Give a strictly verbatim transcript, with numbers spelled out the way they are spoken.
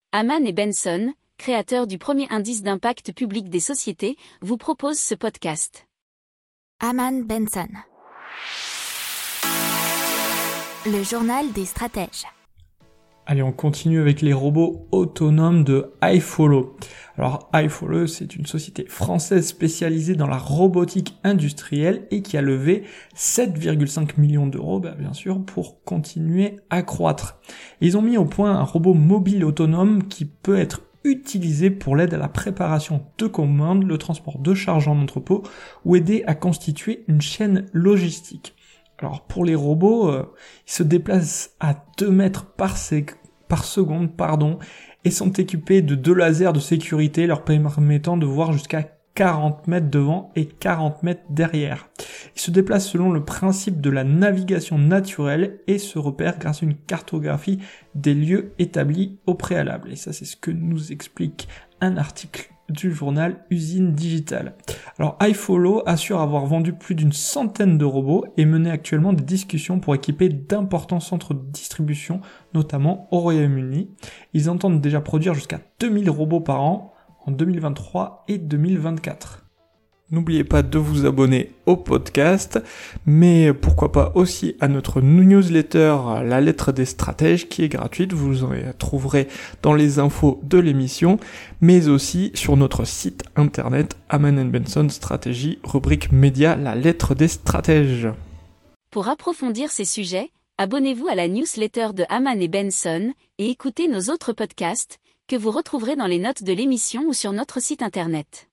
Hamann et Benson, créateurs du premier indice d'impact public des sociétés, vous proposent ce podcast. Hamann Benson. Le journal des stratèges. Allez, on continue avec les robots autonomes de iFollow. Alors, iFollow, c'est une société française spécialisée dans la robotique industrielle et qui a levé sept virgule cinq millions d'euros, bah, bien sûr, pour continuer à croître. Ils ont mis au point un robot mobile autonome qui peut être utilisé pour l'aide à la préparation de commandes, le transport de charges en entrepôt ou aider à constituer une chaîne logistique. Alors pour les robots, euh, ils se déplacent à deux mètres par, sec- par seconde pardon, et sont équipés de deux lasers de sécurité leur permettant de voir jusqu'à quarante mètres devant et quarante mètres derrière. Ils se déplacent selon le principe de la navigation naturelle et se repèrent grâce à une cartographie des lieux établis au préalable. Et ça, c'est ce que nous explique un article du journal Usine Digitale. Alors iFollow assure avoir vendu plus d'une centaine de robots et menait actuellement des discussions pour équiper d'importants centres de distribution, notamment au Royaume-Uni. Ils entendent déjà produire jusqu'à deux mille robots par an en deux mille vingt-trois et deux mille vingt-quatre. N'oubliez pas de vous abonner au podcast, mais pourquoi pas aussi à notre newsletter La Lettre des Stratèges qui est gratuite, vous en trouverez dans les infos de l'émission, mais aussi sur notre site internet Hamann and Benson Stratégie, rubrique média La Lettre des Stratèges. Pour approfondir ces sujets, abonnez-vous à la newsletter de Hamann et Benson et écoutez nos autres podcasts que vous retrouverez dans les notes de l'émission ou sur notre site internet.